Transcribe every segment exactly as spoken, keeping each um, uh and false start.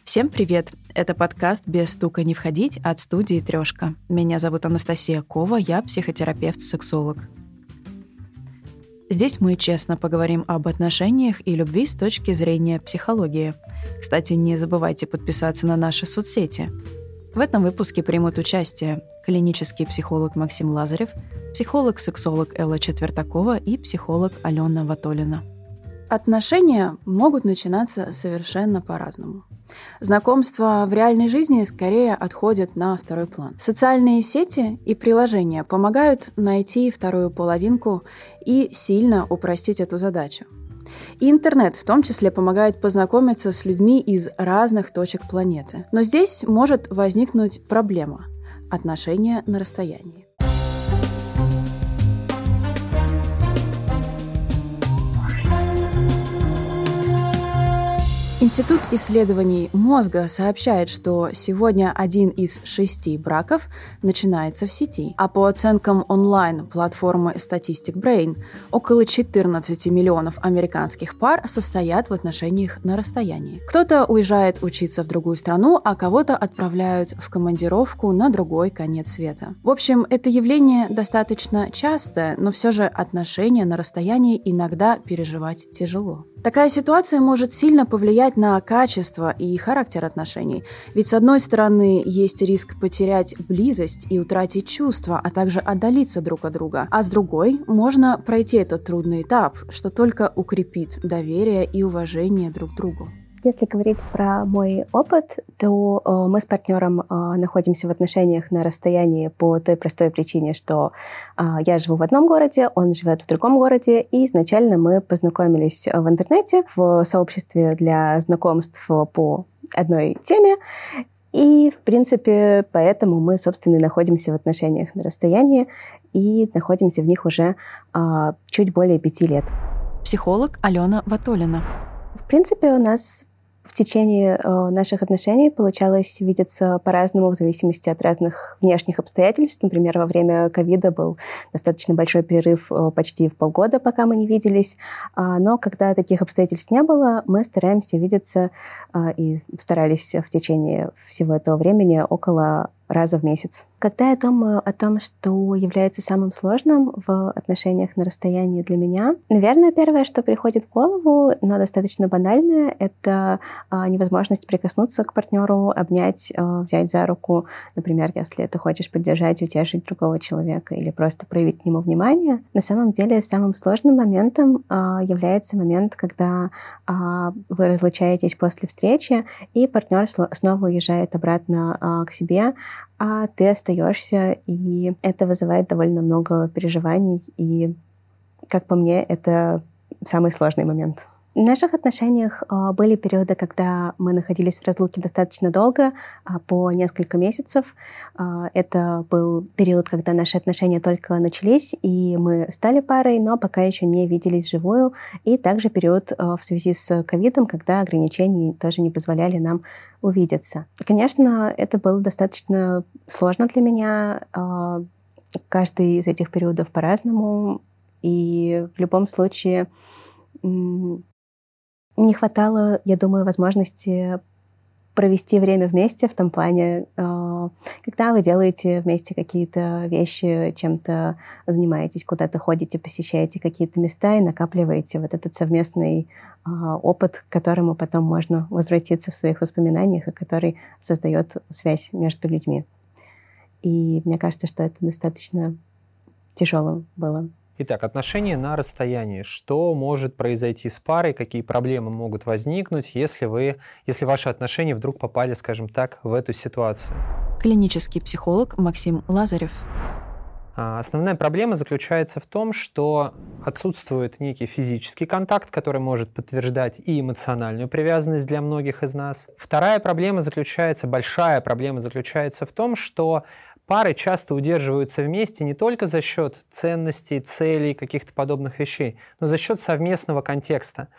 Всем привет! Это подкаст «Без стука не входить» от студии «Трёшка». Меня зовут Анастасия Кова, я психотерапевт-сексолог. Здесь мы честно поговорим об отношениях и любви с точки зрения психологии. Кстати, не забывайте подписаться на наши соцсети. В этом выпуске примут участие клинический психолог Максим Лазарев, психолог-сексолог Элла Четвертакова и психолог Алена Ватолина. Отношения могут начинаться совершенно по-разному. Знакомства в реальной жизни скорее отходят на второй план. Социальные сети и приложения помогают найти вторую половинку и сильно упростить эту задачу. И интернет в том числе помогает познакомиться с людьми из разных точек планеты. Но здесь может возникнуть проблема – отношения на расстоянии. Институт исследований мозга сообщает, что сегодня один из шести браков начинается в сети, а по оценкам онлайн-платформы Statistic Brain около четырнадцать миллионов американских пар состоят в отношениях на расстоянии. Кто-то уезжает учиться в другую страну, а кого-то отправляют в командировку на другой конец света. В общем, это явление достаточно частое, но все же отношения на расстоянии иногда переживать тяжело. Такая ситуация может сильно повлиять на качество и характер отношений. Ведь, с одной стороны, есть риск потерять близость и утратить чувства, а также отдалиться друг от друга. А с другой, можно пройти этот трудный этап, что только укрепит доверие и уважение друг к другу. Если говорить про мой опыт, то э, мы с партнером э, находимся в отношениях на расстоянии по той простой причине, что э, я живу в одном городе, он живет в другом городе, и изначально мы познакомились в интернете, в сообществе для знакомств по одной теме, и, в принципе, поэтому мы, собственно, и находимся в отношениях на расстоянии и находимся в них уже э, чуть более пяти лет. Психолог Алена Ватолина. В принципе, у нас в течение э, наших отношений получалось видеться по-разному в зависимости от разных внешних обстоятельств. Например, во время ковида был достаточно большой перерыв э, почти в полгода, пока мы не виделись. А, но когда таких обстоятельств не было, мы стараемся видеться э, и старались в течение всего этого времени около раза в месяц. Когда я думаю о том, что является самым сложным в отношениях на расстоянии для меня, наверное, первое, что приходит в голову, но достаточно банальное, это а, невозможность прикоснуться к партнеру, обнять, а, взять за руку, например, если ты хочешь поддержать, утешить другого человека или просто проявить к нему внимание. На самом деле, самым сложным моментом а, является момент, когда а, вы разлучаетесь после встречи, и партнер снова уезжает обратно а, к себе, а ты остаешься, и это вызывает довольно много переживаний, и, как по мне, это самый сложный момент. В наших отношениях э, были периоды, когда мы находились в разлуке достаточно долго, э, по несколько месяцев. Э, это был период, когда наши отношения только начались, и мы стали парой, но пока еще не виделись вживую. И также период э, в связи с ковидом, когда ограничения тоже не позволяли нам увидеться. И, конечно, это было достаточно сложно для меня. Э, каждый из этих периодов по-разному. И в любом случае не хватало, я думаю, возможности провести время вместе в том плане, когда вы делаете вместе какие-то вещи, чем-то занимаетесь, куда-то ходите, посещаете какие-то места и накапливаете вот этот совместный опыт, к которому потом можно возвратиться в своих воспоминаниях и который создает связь между людьми. И мне кажется, что это достаточно тяжелым было. Итак, отношения на расстоянии. Что может произойти с парой, какие проблемы могут возникнуть, если вы, если ваши отношения вдруг попали, скажем так, в эту ситуацию? Клинический психолог Максим Лазарев. Основная проблема заключается в том, что отсутствует некий физический контакт, который может подтверждать и эмоциональную привязанность для многих из нас. Вторая проблема заключается, большая проблема заключается в том, что пары часто удерживаются вместе не только за счет ценностей, целей, каких-то подобных вещей, но за счет совместного контекста.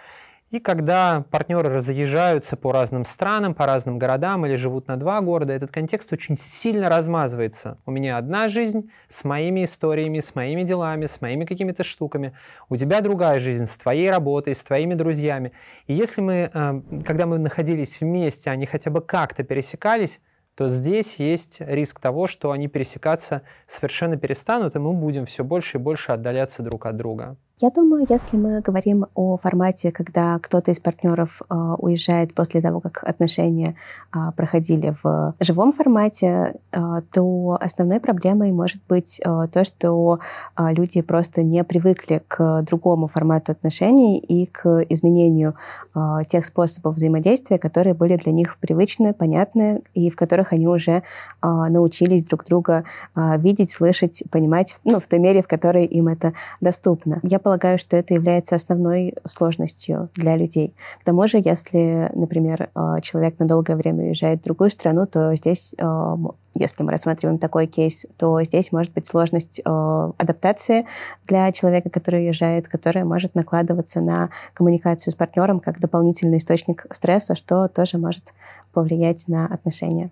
И когда партнеры разъезжаются по разным странам, по разным городам или живут на два города, этот контекст очень сильно размазывается. У меня одна жизнь с моими историями, с моими делами, с моими какими-то штуками. У тебя другая жизнь с твоей работой, с твоими друзьями. И если мы, когда мы находились вместе, они хотя бы как-то пересекались, то здесь есть риск того, что они пересекаться совершенно перестанут, и мы будем все больше и больше отдаляться друг от друга. Я думаю, если мы говорим о формате, когда кто-то из партнеров э, уезжает после того, как отношения э, проходили в живом формате, э, то основной проблемой может быть э, то, что э, люди просто не привыкли к другому формату отношений и к изменению э, тех способов взаимодействия, которые были для них привычны, понятны и в которых они уже э, научились друг друга э, видеть, слышать, понимать, ну, в той мере, в которой им это доступно. Я полагаю, что это является основной сложностью для людей. К тому же, если, например, человек на долгое время уезжает в другую страну, то здесь, если мы рассматриваем такой кейс, то здесь может быть сложность адаптации для человека, который уезжает, которая может накладываться на коммуникацию с партнером как дополнительный источник стресса, что тоже может повлиять на отношения.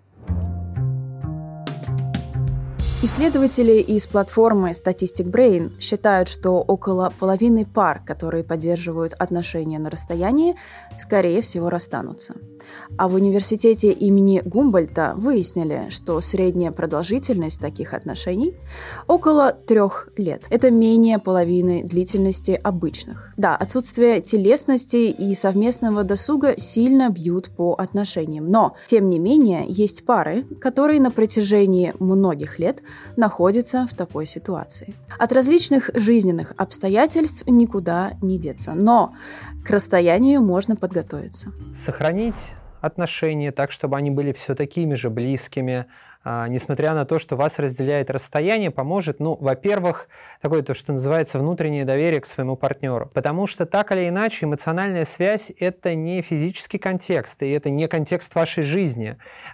Исследователи из платформы Statistic Brain считают, что около половины пар, которые поддерживают отношения на расстоянии, скорее всего расстанутся. А в университете имени Гумбольдта выяснили, что средняя продолжительность таких отношений около трех лет. Это менее половины длительности обычных. Да, отсутствие телесности и совместного досуга сильно бьют по отношениям. Но, тем не менее, есть пары, которые на протяжении многих лет находятся в такой ситуации. От различных жизненных обстоятельств никуда не деться, но к расстоянию можно подготовиться. Сохранить отношения так, чтобы они были все такими же близкими, а, несмотря на то, что вас разделяет расстояние, поможет, ну, во-первых, такое то, что называется внутреннее доверие к своему партнеру. Потому что так или иначе эмоциональная связь — это не физический контекст, и это не контекст вашей жизни.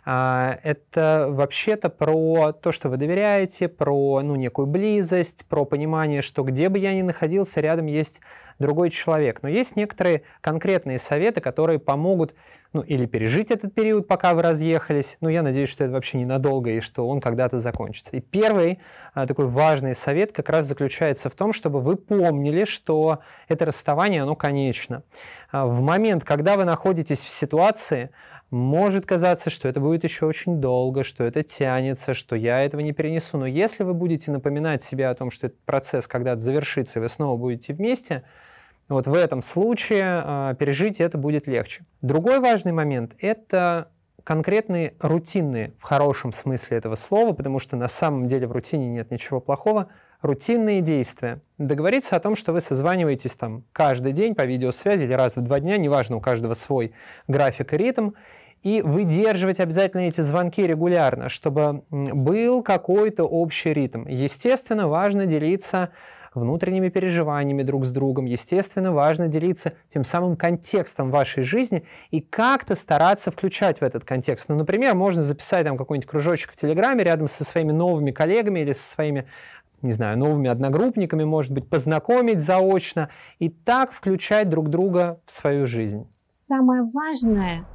А, это вообще-то про то, что вы доверяете, про, ну, некую близость, про понимание, что где бы я ни находился, рядом есть другой человек. Но есть некоторые конкретные советы, которые помогут, ну, или пережить этот период, пока вы разъехались. Ну, я надеюсь, что это вообще ненадолго и что он когда-то закончится. И первый а, такой важный совет как раз заключается в том, чтобы вы помнили, что это расставание, оно конечно. А, в момент, когда вы находитесь в ситуации, может казаться, что это будет еще очень долго, что это тянется, что я этого не перенесу. Но если вы будете напоминать себе о том, что этот процесс когда-то завершится, и вы снова будете вместе, вот в этом случае э, пережить это будет легче. Другой важный момент – это конкретные рутинные, в хорошем смысле этого слова, потому что на самом деле в рутине нет ничего плохого, рутинные действия. Договориться о том, что вы созваниваетесь там каждый день по видеосвязи или раз в два дня, неважно, у каждого свой график и ритм, и выдерживать обязательно эти звонки регулярно, чтобы был какой-то общий ритм. Естественно, важно делиться внутренними переживаниями друг с другом. Естественно, важно делиться тем самым контекстом вашей жизни и как-то стараться включать в этот контекст. Ну, например, можно записать там какой-нибудь кружочек в Телеграме рядом со своими новыми коллегами или со своими, не знаю, новыми одногруппниками, может быть, познакомить заочно и так включать друг друга в свою жизнь. Самое важное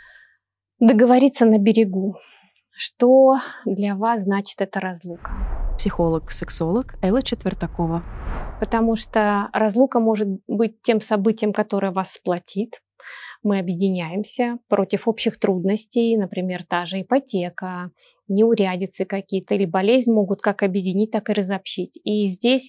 — договориться на берегу. Что для вас значит эта разлука? Психолог-сексолог Элла Четвертакова. Потому что разлука может быть тем событием, которое вас сплотит. Мы объединяемся против общих трудностей, например, та же ипотека, неурядицы какие-то или болезнь могут как объединить, так и разобщить. И здесь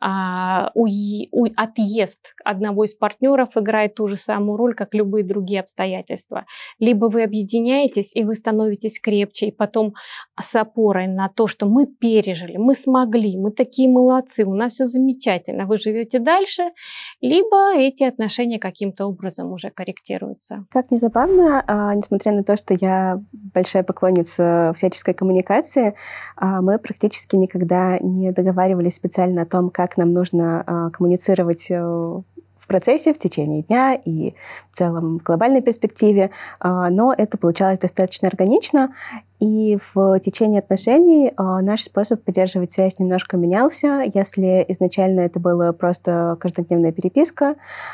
а, у, у, отъезд одного из партнеров играет ту же самую роль, как любые другие обстоятельства. Либо вы объединяетесь, и вы становитесь крепче, и потом с опорой на то, что мы пережили, мы смогли, мы такие молодцы, у нас все замечательно, вы живете дальше, либо эти отношения каким-то образом уже корректируются. Как ни забавно, а, несмотря на то, что я большая поклонница всяческой коммуникации, а, мы практически никогда не договаривались специально о том, как нам нужно а, коммуницировать а, в процессе, в течение дня и в целом в глобальной перспективе, но это получалось достаточно органично. И в течение отношений наш способ поддерживать связь немножко менялся. Если изначально это была просто каждодневная переписка,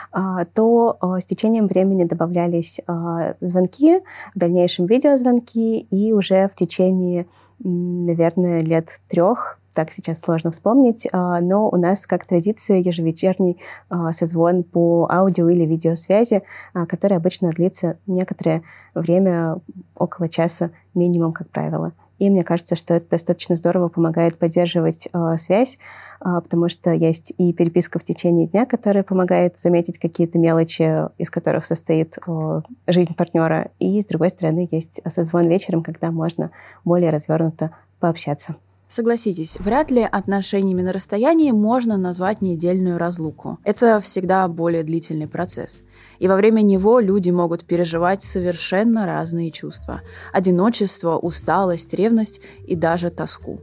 то с течением времени добавлялись звонки, в дальнейшем видеозвонки, и уже в течение, наверное, лет трех, так сейчас сложно вспомнить, но у нас как традиция ежевечерний созвон по аудио или видеосвязи, который обычно длится некоторое время, около часа минимум, как правило. И мне кажется, что это достаточно здорово помогает поддерживать э, связь, э, потому что есть и переписка в течение дня, которая помогает заметить какие-то мелочи, из которых состоит э, жизнь партнера. И, с другой стороны, есть созвон вечером, когда можно более развернуто пообщаться. Согласитесь, вряд ли отношениями на расстоянии можно назвать недельную разлуку. Это всегда более длительный процесс. И во время него люди могут переживать совершенно разные чувства. Одиночество, усталость, ревность и даже тоску.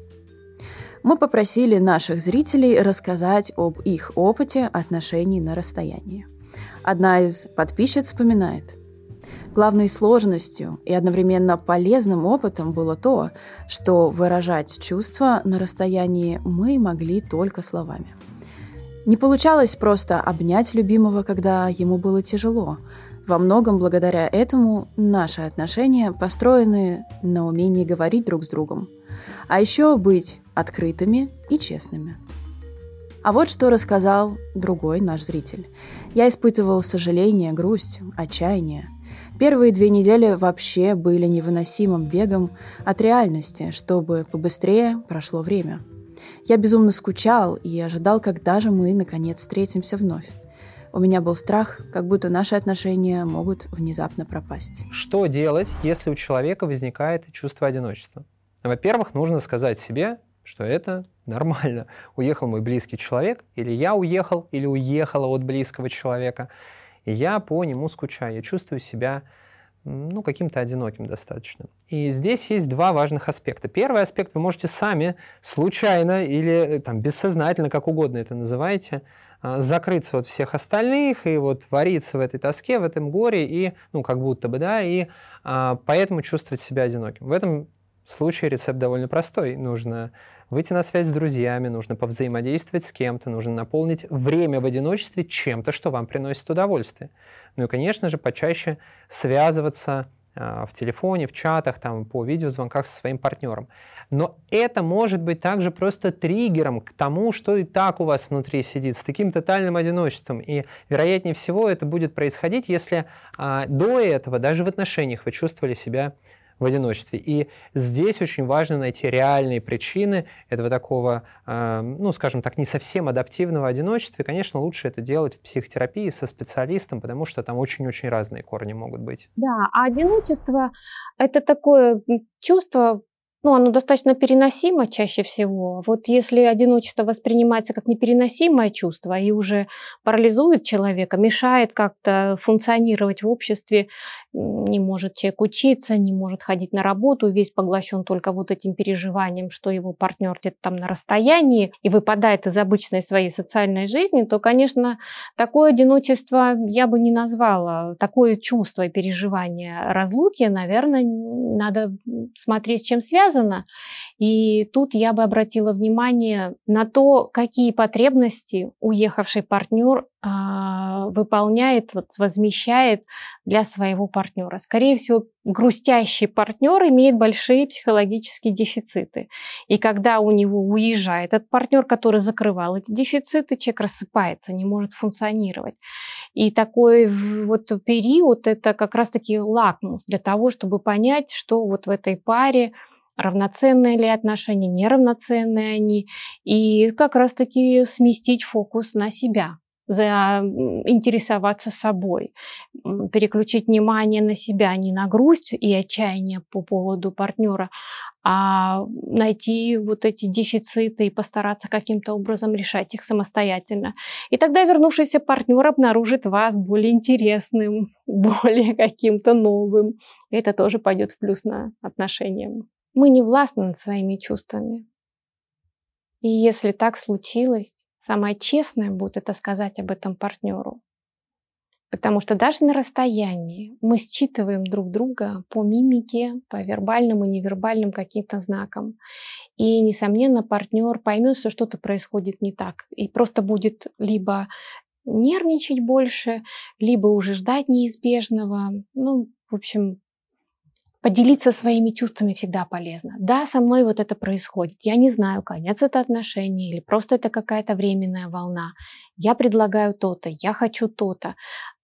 Мы попросили наших зрителей рассказать об их опыте отношений на расстоянии. Одна из подписчиц вспоминает: главной сложностью и одновременно полезным опытом было то, что выражать чувства на расстоянии мы могли только словами. Не получалось просто обнять любимого, когда ему было тяжело. Во многом благодаря этому наши отношения построены на умении говорить друг с другом, а еще быть открытыми и честными. А вот что рассказал другой наш зритель. Я испытывал сожаление, грусть, отчаяние. Первые две недели вообще были невыносимым бегом от реальности, чтобы побыстрее прошло время. Я безумно скучал и ожидал, когда же мы, наконец, встретимся вновь. У меня был страх, как будто наши отношения могут внезапно пропасть. Что делать, если у человека возникает чувство одиночества? Во-первых, нужно сказать себе, что это нормально. Уехал мой близкий человек, или я уехал, или уехала от близкого человека, и я по нему скучаю, я чувствую себя ну, каким-то одиноким достаточно. И здесь есть два важных аспекта. Первый аспект: вы можете сами случайно или там, бессознательно, как угодно это называете, закрыться от всех остальных и вот вариться в этой тоске, в этом горе, и, ну, как будто бы, да, и а, поэтому чувствовать себя одиноким. В этом случае рецепт довольно простой. Нужно выйти на связь с друзьями, нужно повзаимодействовать с кем-то, нужно наполнить время в одиночестве чем-то, что вам приносит удовольствие. Ну и, конечно же, почаще связываться э, в телефоне, в чатах, там, по видеозвонках со своим партнером. Но это может быть также просто триггером к тому, что и так у вас внутри сидит, с таким тотальным одиночеством. И, вероятнее всего, это будет происходить, если э, до этого, даже в отношениях, вы чувствовали себя в одиночестве. И здесь очень важно найти реальные причины этого такого, э, ну, скажем так, не совсем адаптивного одиночества. И, конечно, лучше это делать в психотерапии со специалистом, потому что там очень-очень разные корни могут быть. Да, а одиночество – это такое чувство, ну, оно достаточно переносимо чаще всего. Вот если одиночество воспринимается как непереносимое чувство и уже парализует человека, мешает как-то функционировать в обществе, не может человек учиться, не может ходить на работу, весь поглощен только вот этим переживанием, что его партнер где-то там на расстоянии и выпадает из обычной своей социальной жизни, то, конечно, такое одиночество я бы не назвала. Такое чувство и переживание разлуки, наверное, надо смотреть, с чем связано. И тут я бы обратила внимание на то, какие потребности уехавший партнер э, выполняет, вот, возмещает для своего партнера. Скорее всего, грустящий партнер имеет большие психологические дефициты. И когда у него уезжает этот партнер, который закрывал эти дефициты, человек рассыпается, не может функционировать. И такой вот период – это как раз-таки лакмус для того, чтобы понять, что вот в этой паре равноценные ли отношения, неравноценные они, и как раз-таки сместить фокус на себя, заинтересоваться собой, переключить внимание на себя, не на грусть и отчаяние по поводу партнера, а найти вот эти дефициты и постараться каким-то образом решать их самостоятельно. И тогда вернувшийся партнер обнаружит вас более интересным, более каким-то новым. И это тоже пойдет в плюс на отношения. Мы не властны над своими чувствами. И если так случилось, самое честное будет это сказать об этом партнеру. Потому что даже на расстоянии мы считываем друг друга по мимике, по вербальным и невербальным каким-то знакам. И, несомненно, партнер поймет, что что-то происходит не так. И просто будет либо нервничать больше, либо уже ждать неизбежного. Ну, в общем, поделиться своими чувствами всегда полезно. Да, со мной вот это происходит. Я не знаю, конец это отношений или просто это какая-то временная волна. Я предлагаю то-то, я хочу то-то.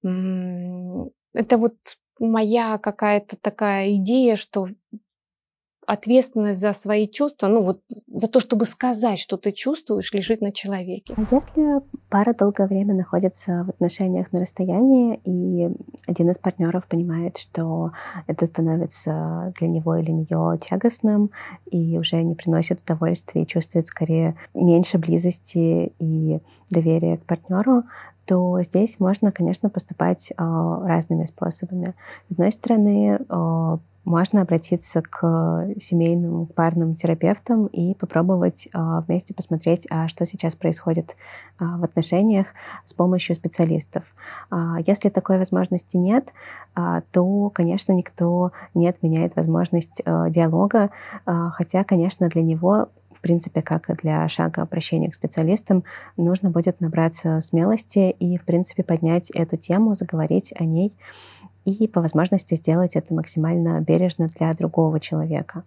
Это вот моя какая-то такая идея, что ответственность за свои чувства, ну вот за то, чтобы сказать, что ты чувствуешь, лежит на человеке. А если пара долгое время находится в отношениях на расстоянии, и один из партнеров понимает, что это становится для него или нее тягостным, и уже не приносит удовольствия, и чувствует скорее меньше близости и доверия к партнеру, то здесь можно, конечно, поступать э, разными способами. С одной стороны, э, можно обратиться к семейным парным терапевтам и попробовать э, вместе посмотреть, а что сейчас происходит э, в отношениях с помощью специалистов. Э, если такой возможности нет, э, то, конечно, никто не отменяет возможность э, диалога, э, хотя, конечно, для него, в принципе, как и для шага обращения к специалистам, нужно будет набраться смелости и, в принципе, поднять эту тему, заговорить о ней и по возможности сделать это максимально бережно для другого человека.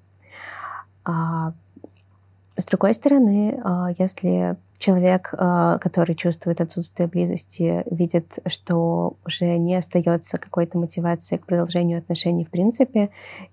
А с другой стороны, если человек, который чувствует отсутствие близости, видит, что уже не остается какой-то мотивации к продолжению отношений в принципе,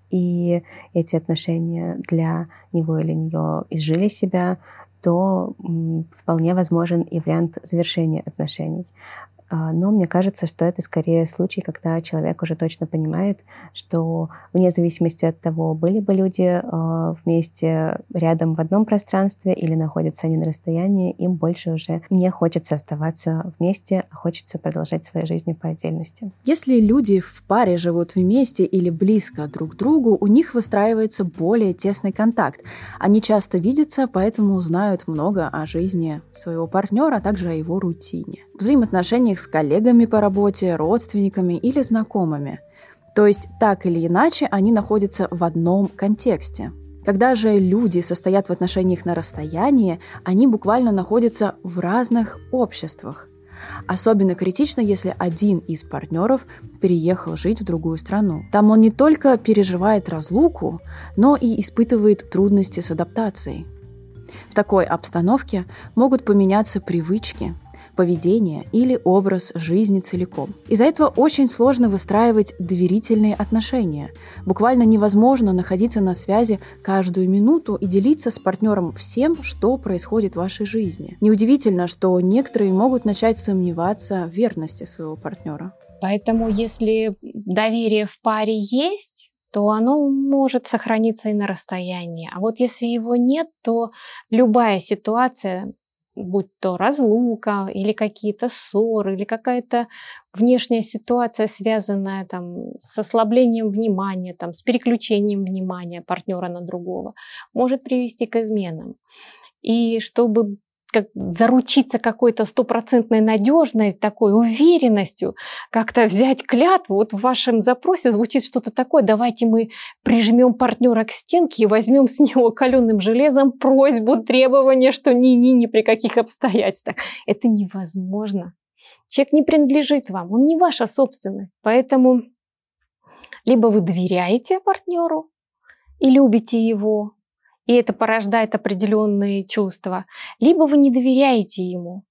и эти отношения для него или нее изжили себя, то вполне возможен и вариант завершения отношений. Но мне кажется, что это скорее случай, когда человек уже точно понимает, что вне зависимости от того, были бы люди вместе рядом в одном пространстве или находятся они на расстоянии, им больше уже не хочется оставаться вместе, а хочется продолжать свои жизни по отдельности. Если люди в паре живут вместе или близко друг к другу, у них выстраивается более тесный контакт. Они часто видятся, поэтому знают много о жизни своего партнера, а также о его рутине. В взаимоотношениях с коллегами по работе, родственниками или знакомыми. То есть, так или иначе, они находятся в одном контексте. Когда же люди состоят в отношениях на расстоянии, они буквально находятся в разных обществах. Особенно критично, если один из партнеров переехал жить в другую страну. Там он не только переживает разлуку, но и испытывает трудности с адаптацией. В такой обстановке могут поменяться привычки, поведение или образ жизни целиком. Из-за этого очень сложно выстраивать доверительные отношения. Буквально невозможно находиться на связи каждую минуту и делиться с партнером всем, что происходит в вашей жизни. Неудивительно, что некоторые могут начать сомневаться в верности своего партнера. Поэтому, если доверие в паре есть, то оно может сохраниться и на расстоянии. А вот если его нет, то любая ситуация, будь то разлука или какие-то ссоры, или какая-то внешняя ситуация, связанная там, с ослаблением внимания, там, с переключением внимания партнера на другого, может привести к изменам. И чтобы как заручиться какой-то стопроцентной надежной такой уверенностью, как-то взять клятву. Вот в вашем запросе звучит что-то такое: давайте мы прижмем партнера к стенке и возьмем с него каленым железом просьбу, требование, что ни-ни, ни при каких обстоятельствах. Это невозможно. Человек не принадлежит вам, он не ваша собственность. Поэтому либо вы доверяете партнеру и любите его, и это порождает определенные чувства, либо вы не доверяете ему,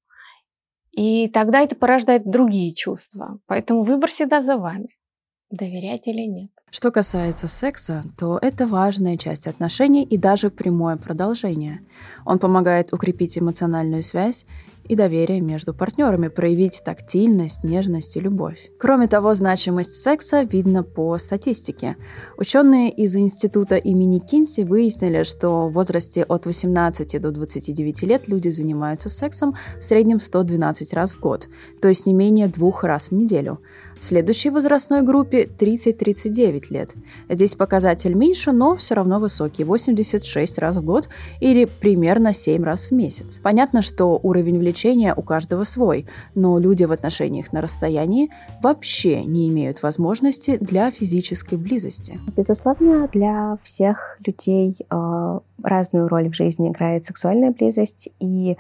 и тогда это порождает другие чувства. Поэтому выбор всегда за вами, доверять или нет. Что касается секса, то это важная часть отношений и даже прямое продолжение. Он помогает укрепить эмоциональную связь и доверие между партнерами, проявить тактильность, нежность и любовь. Кроме того, значимость секса видно по статистике. Ученые из института имени Кинси выяснили, что в возрасте от восемнадцати до двадцати девяти лет люди занимаются сексом в среднем сто двенадцать раз в год, то есть не менее двух раз в неделю. В следующей возрастной группе тридцать-тридцать девять лет. Здесь показатель меньше, но все равно высокий – восемьдесят шесть раз в год или примерно семь раз в месяц. Понятно, что уровень влечения у каждого свой, но люди в отношениях на расстоянии вообще не имеют возможности для физической близости. Безусловно, для всех людей э, разную роль в жизни играет сексуальная близость, и э,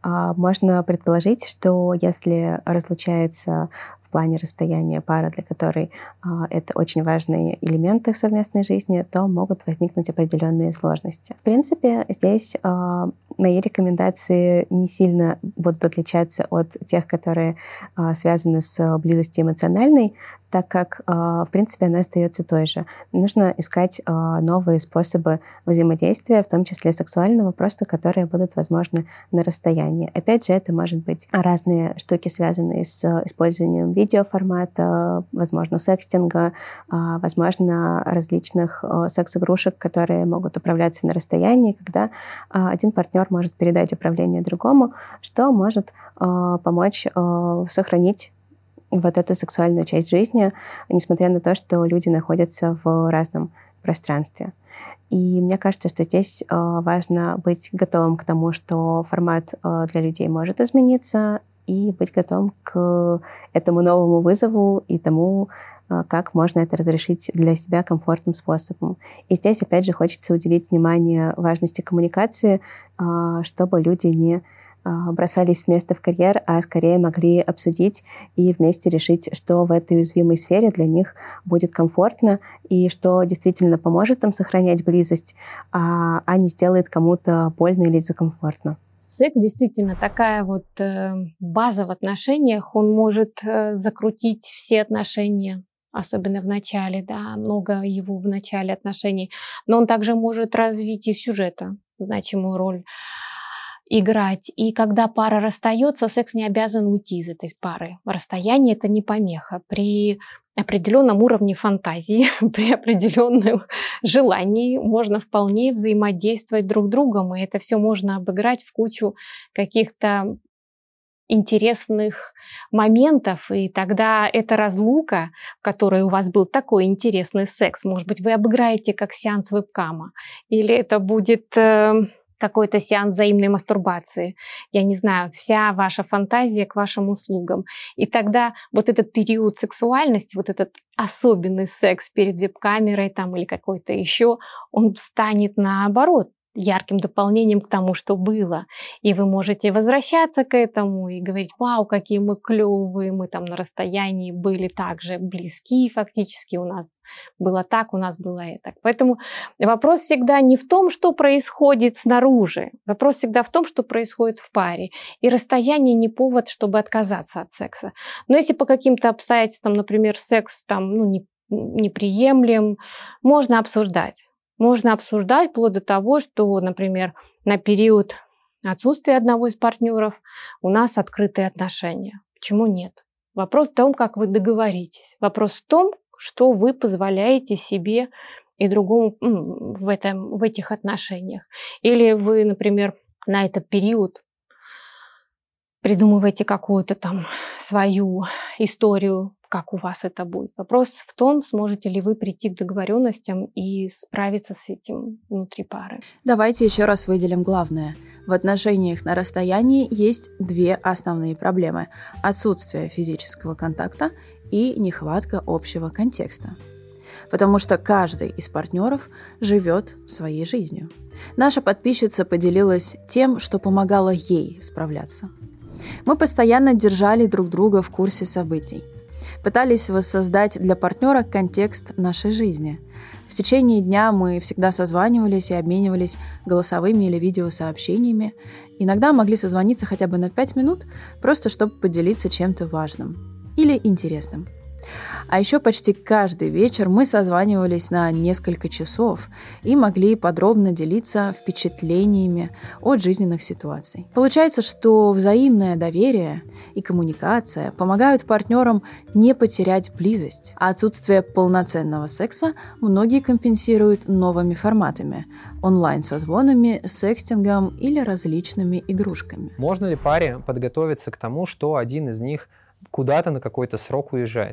можно предположить, что если разлучается в плане расстояния пара, для которой э, это очень важные элементы совместной жизни, то могут возникнуть определенные сложности. В принципе, здесь э, мои рекомендации не сильно будут отличаться от тех, которые э, связаны с близостью эмоциональной, так как, в принципе, она остается той же. Нужно искать новые способы взаимодействия, в том числе сексуального, просто которые будут возможны на расстоянии. Опять же, это может быть разные штуки, связанные с использованием видеоформата, возможно, секстинга, возможно, различных секс-игрушек, которые могут управляться на расстоянии, когда один партнер может передать управление другому, что может помочь сохранить вот эту сексуальную часть жизни, несмотря на то, что люди находятся в разном пространстве. И мне кажется, что здесь важно быть готовым к тому, что формат для людей может измениться, и быть готовым к этому новому вызову и тому, как можно это разрешить для себя комфортным способом. И здесь, опять же, хочется уделить внимание важности коммуникации, чтобы люди не бросались с места в карьер, а скорее могли обсудить и вместе решить, что в этой уязвимой сфере для них будет комфортно и что действительно поможет им сохранять близость, а, а не сделает кому-то больно или дискомфортно. Секс действительно такая вот э, база в отношениях, он может э, закрутить все отношения, особенно в начале, да, много его в начале отношений, но он также может развить и сюжета, значимую роль играть. И когда пара расстается, секс не обязан уйти из этой пары. Расстояние – это не помеха. При определенном уровне фантазии, при определенном желании можно вполне взаимодействовать друг с другом, и это все можно обыграть в кучу каких-то интересных моментов, и тогда эта разлука, в которой у вас был такой интересный секс, может быть, вы обыграете как сеанс вебкама, или это будет э, какой-то сеанс взаимной мастурбации. Я не знаю, вся ваша фантазия к вашим услугам. И тогда вот этот период сексуальности, вот этот особенный секс перед веб-камерой там, или какой-то еще, он станет наоборот ярким дополнением к тому, что было. И вы можете возвращаться к этому и говорить: вау, какие мы клевые, мы там на расстоянии были так же близки фактически, у нас было так, у нас было это. Поэтому вопрос всегда не в том, что происходит снаружи, вопрос всегда в том, что происходит в паре. И расстояние не повод, чтобы отказаться от секса. Но если по каким-то обстоятельствам, например, секс там, ну, не, неприемлем, можно обсуждать. Можно обсуждать вплоть до того, что, например, на период отсутствия одного из партнеров у нас открытые отношения. Почему нет? Вопрос в том, как вы договоритесь. Вопрос в том, что вы позволяете себе и другому в, этом, в этих отношениях. Или вы, например, на этот период придумываете какую-то там свою историю, как у вас это будет. Вопрос в том, сможете ли вы прийти к договоренностям и справиться с этим внутри пары. Давайте еще раз выделим главное. В отношениях на расстоянии есть две основные проблемы: отсутствие физического контакта и нехватка общего контекста. Потому что каждый из партнеров живет своей жизнью. Наша подписчица поделилась тем, что помогало ей справляться. Мы постоянно держали друг друга в курсе событий. Пытались воссоздать для партнера контекст нашей жизни. В течение дня мы всегда созванивались и обменивались голосовыми или видеосообщениями. Иногда могли созвониться хотя бы на пять минут, просто чтобы поделиться чем-то важным или интересным. А еще почти каждый вечер мы созванивались на несколько часов и могли подробно делиться впечатлениями от жизненных ситуаций. Получается, что взаимное доверие и коммуникация помогают партнерам не потерять близость, а отсутствие полноценного секса многие компенсируют новыми форматами – онлайн-созвонами, секстингом или различными игрушками. Можно ли паре подготовиться к тому, что один из них куда-то на какой-то срок уезжает?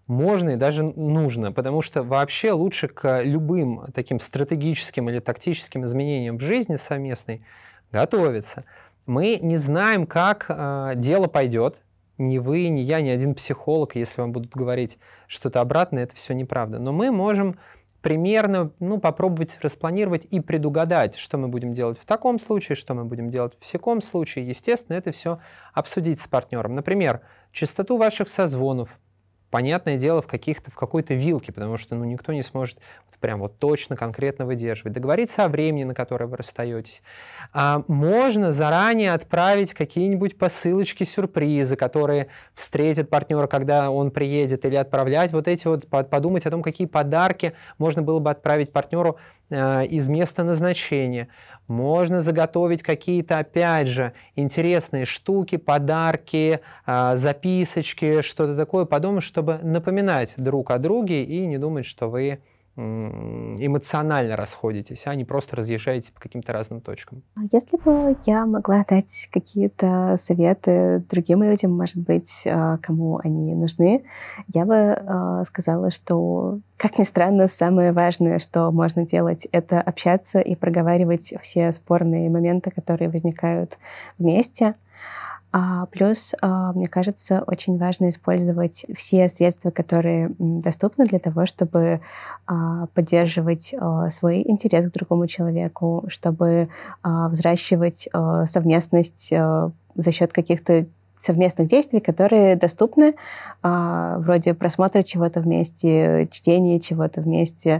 можно и даже нужно, потому что вообще лучше к любым таким стратегическим или тактическим изменениям в жизни совместной готовиться. Мы не знаем, как э, дело пойдет. Ни вы, ни я, ни один психолог, если вам будут говорить что-то обратное, это все неправда. Но мы можем примерно ну, попробовать распланировать и предугадать, что мы будем делать в таком случае, что мы будем делать в сяком случае. Естественно, это все обсудить с партнером. Например, частоту ваших созвонов. Понятное дело, в, каких-то, в какой-то вилке, потому что ну, никто не сможет вот прям вот точно, конкретно выдерживать. Договориться о времени, на которое вы расстаетесь. А можно заранее отправить какие-нибудь посылочки, сюрпризы, которые встретят партнера, когда он приедет, или отправлять вот эти вот, подумать о том, какие подарки можно было бы отправить партнеру э, из места назначения. Можно заготовить какие-то, опять же, интересные штуки, подарки, записочки, что-то такое по дому, чтобы напоминать друг о друге и не думать, что вы эмоционально расходитесь, а не просто разъезжаете по каким-то разным точкам. Если бы я могла дать какие-то советы другим людям, может быть, кому они нужны, я бы сказала, что, как ни странно, самое важное, что можно делать, это общаться и проговаривать все спорные моменты, которые возникают вместе. А плюс, мне кажется, очень важно использовать все средства, которые доступны для того, чтобы поддерживать свой интерес к другому человеку, чтобы взращивать совместность за счет каких-то совместных действий, которые доступны, вроде просмотра чего-то вместе, чтения чего-то вместе.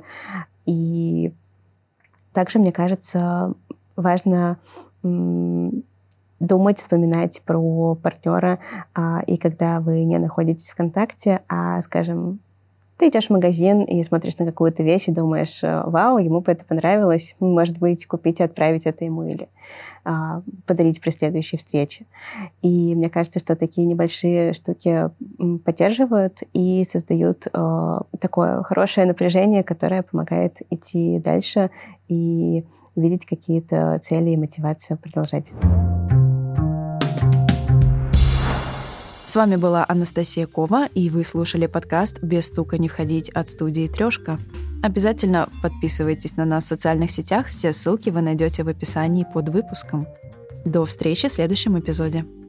И также, мне кажется, важно думать, вспоминать про партнера, а, и когда вы не находитесь в контакте, а, скажем, ты идешь в магазин и смотришь на какую-то вещь и думаешь, вау, ему бы это понравилось, может быть, купить и отправить это ему или а, подарить при следующей встрече. И мне кажется, что такие небольшие штуки поддерживают и создают а, такое хорошее напряжение, которое помогает идти дальше и видеть какие-то цели и мотивацию продолжать. С вами была Анастасия Кова, и вы слушали подкаст «Без стука не входить» от студии «Трёшка». Обязательно подписывайтесь на нас в социальных сетях, все ссылки вы найдете в описании под выпуском. До встречи в следующем эпизоде.